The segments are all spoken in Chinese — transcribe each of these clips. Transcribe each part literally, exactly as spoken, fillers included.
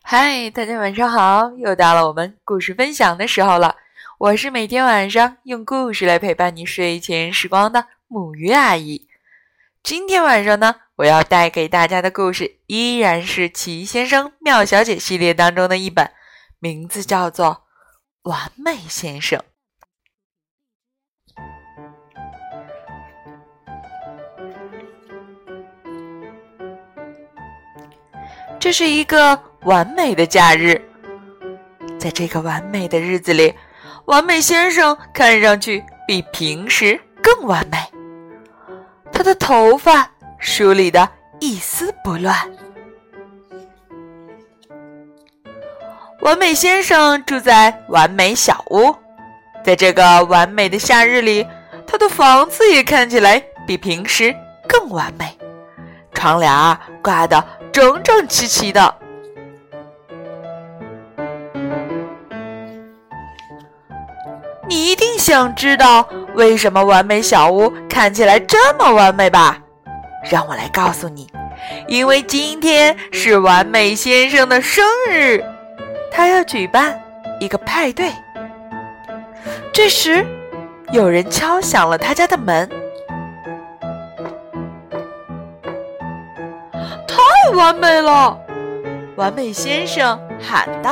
嗨，大家晚上好，又到了我们故事分享的时候了。我是每天晚上用故事来陪伴你睡前时光的母鱼阿姨。今天晚上呢，我要带给大家的故事依然是奇先生妙小姐系列当中的一本，名字叫做《完美先生》。这是一个完美的假日，在这个完美的日子里，完美先生看上去比平时更完美。他的头发梳理得一丝不乱。完美先生住在完美小屋，在这个完美的夏日里，他的房子也看起来比平时更完美，窗帘挂得整整齐齐的。你一定想知道为什么完美小屋看起来这么完美吧？让我来告诉你，因为今天是完美先生的生日，他要举办一个派对。这时，有人敲响了他家的门。太完美了！完美先生喊道。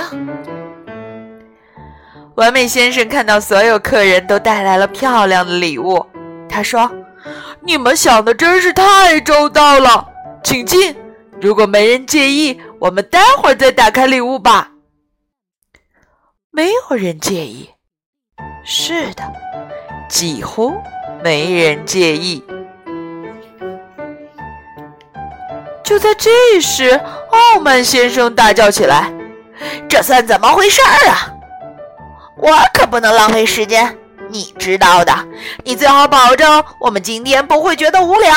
完美先生看到所有客人都带来了漂亮的礼物，他说：你们想的真是太周到了，请进，如果没人介意，我们待会儿再打开礼物吧。没有人介意。是的，几乎没人介意。就在这时，傲慢先生大叫起来：这算怎么回事啊？我可不能浪费时间，你知道的，你最好保证我们今天不会觉得无聊。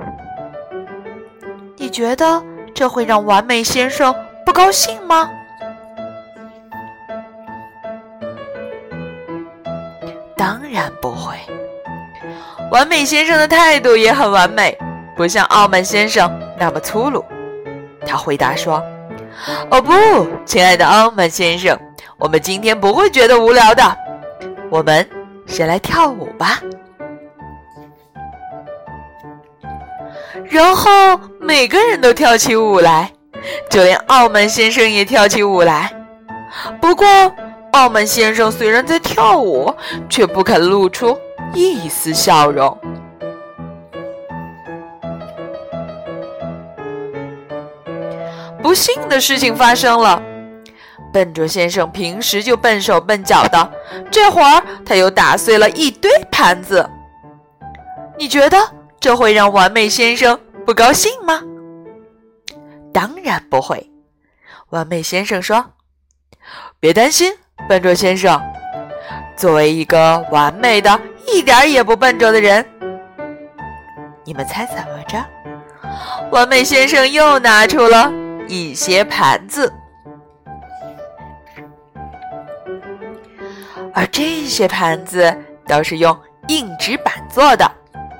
你觉得这会让完美先生不高兴吗？当然不会。完美先生的态度也很完美，不像傲慢先生那么粗鲁。他回答说：哦不，亲爱的傲慢先生，我们今天不会觉得无聊的，我们先来跳舞吧。然后每个人都跳起舞来，就连傲慢先生也跳起舞来。不过傲慢先生虽然在跳舞，却不肯露出一丝笑容。不幸的事情发生了，笨拙先生平时就笨手笨脚的，这会儿他又打碎了一堆盘子。你觉得这会让完美先生不高兴吗？当然不会。完美先生说：别担心，笨拙先生，作为一个完美的一点也不笨拙的人，你们猜怎么着？完美先生又拿出了一些盘子，而这些盘子都是用硬纸板做的。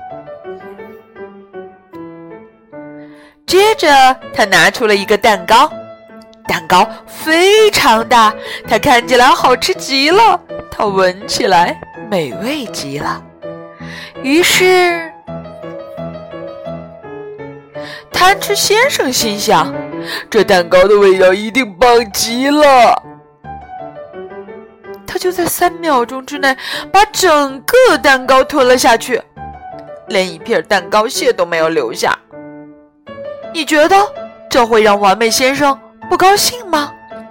接着他拿出了一个蛋糕，蛋糕非常大，它看起来好吃极了，它闻起来美味极了。于是贪吃先生心想，这蛋糕的味道一定棒极了。他就在三秒钟之内把整个蛋糕吞了下去，连一片蛋糕屑都没有留下。你觉得这会让完美先生不高兴吗？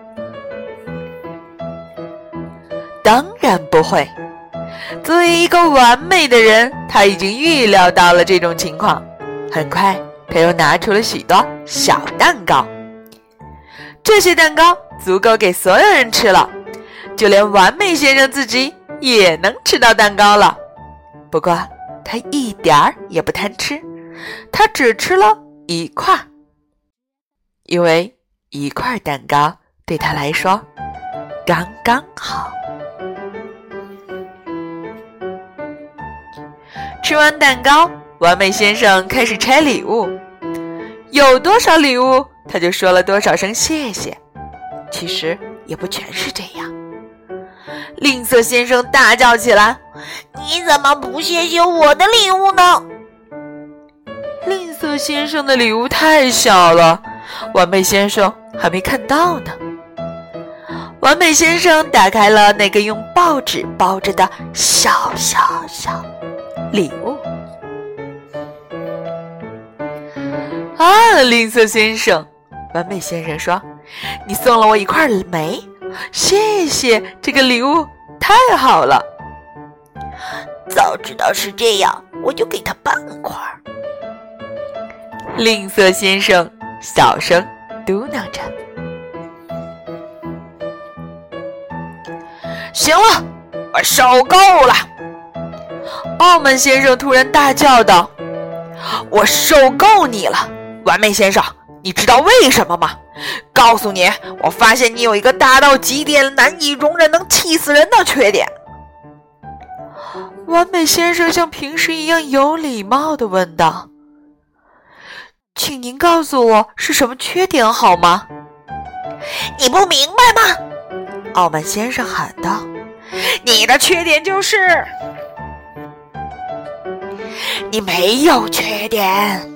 当然不会。作为一个完美的人，他已经预料到了这种情况。很快他又拿出了许多小蛋糕，这些蛋糕足够给所有人吃了，就连完美先生自己也能吃到蛋糕了。不过他一点儿也不贪吃，他只吃了一块，因为一块蛋糕对他来说刚刚好。吃完蛋糕，完美先生开始拆礼物，有多少礼物他就说了多少声谢谢， 其实也不全是这样。吝啬先生大叫起来： 你怎么不谢谢我的礼物呢？ 吝啬先生的礼物太小了，完美先生还没看到呢。完美先生打开了那个用报纸包着的小小小礼物。啊，吝啬先生，完美先生说，你送了我一块煤，谢谢，这个礼物太好了。 早知道是这样，我就给他半块。 吝啬先生小声嘟囔着。行了，我受够了！傲慢先生突然大叫道：我受够你了，完美先生，你知道为什么吗？告诉你，我发现你有一个大到极点难以容忍能气死人的缺点。完美先生像平时一样有礼貌地问道：请您告诉我是什么缺点好吗？ 你不明白吗？ 傲慢先生喊道： 你的缺点就是你没有缺点。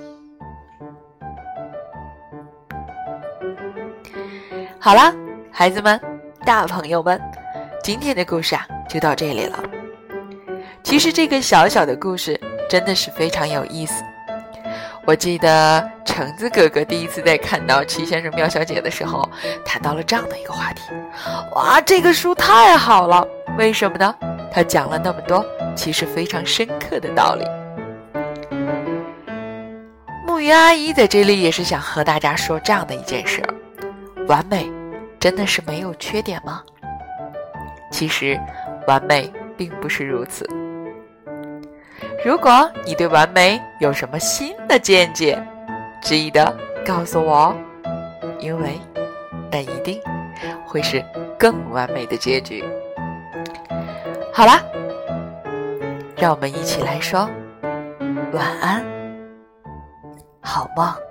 好了，孩子们，大朋友们，今天的故事啊就到这里了。其实这个小小的故事真的是非常有意思。我记得橙子哥哥第一次在看到齐先生妙小姐的时候，谈到了这样的一个话题：哇，这个书太好了！为什么呢？他讲了那么多其实非常深刻的道理。木鱼阿姨在这里也是想和大家说这样的一件事：完美真的是没有缺点吗？其实完美并不是如此。如果你对完美有什么新的见解，执意的告诉我哦，因为那一定会是更完美的结局。好啦，让我们一起来说晚安，好梦。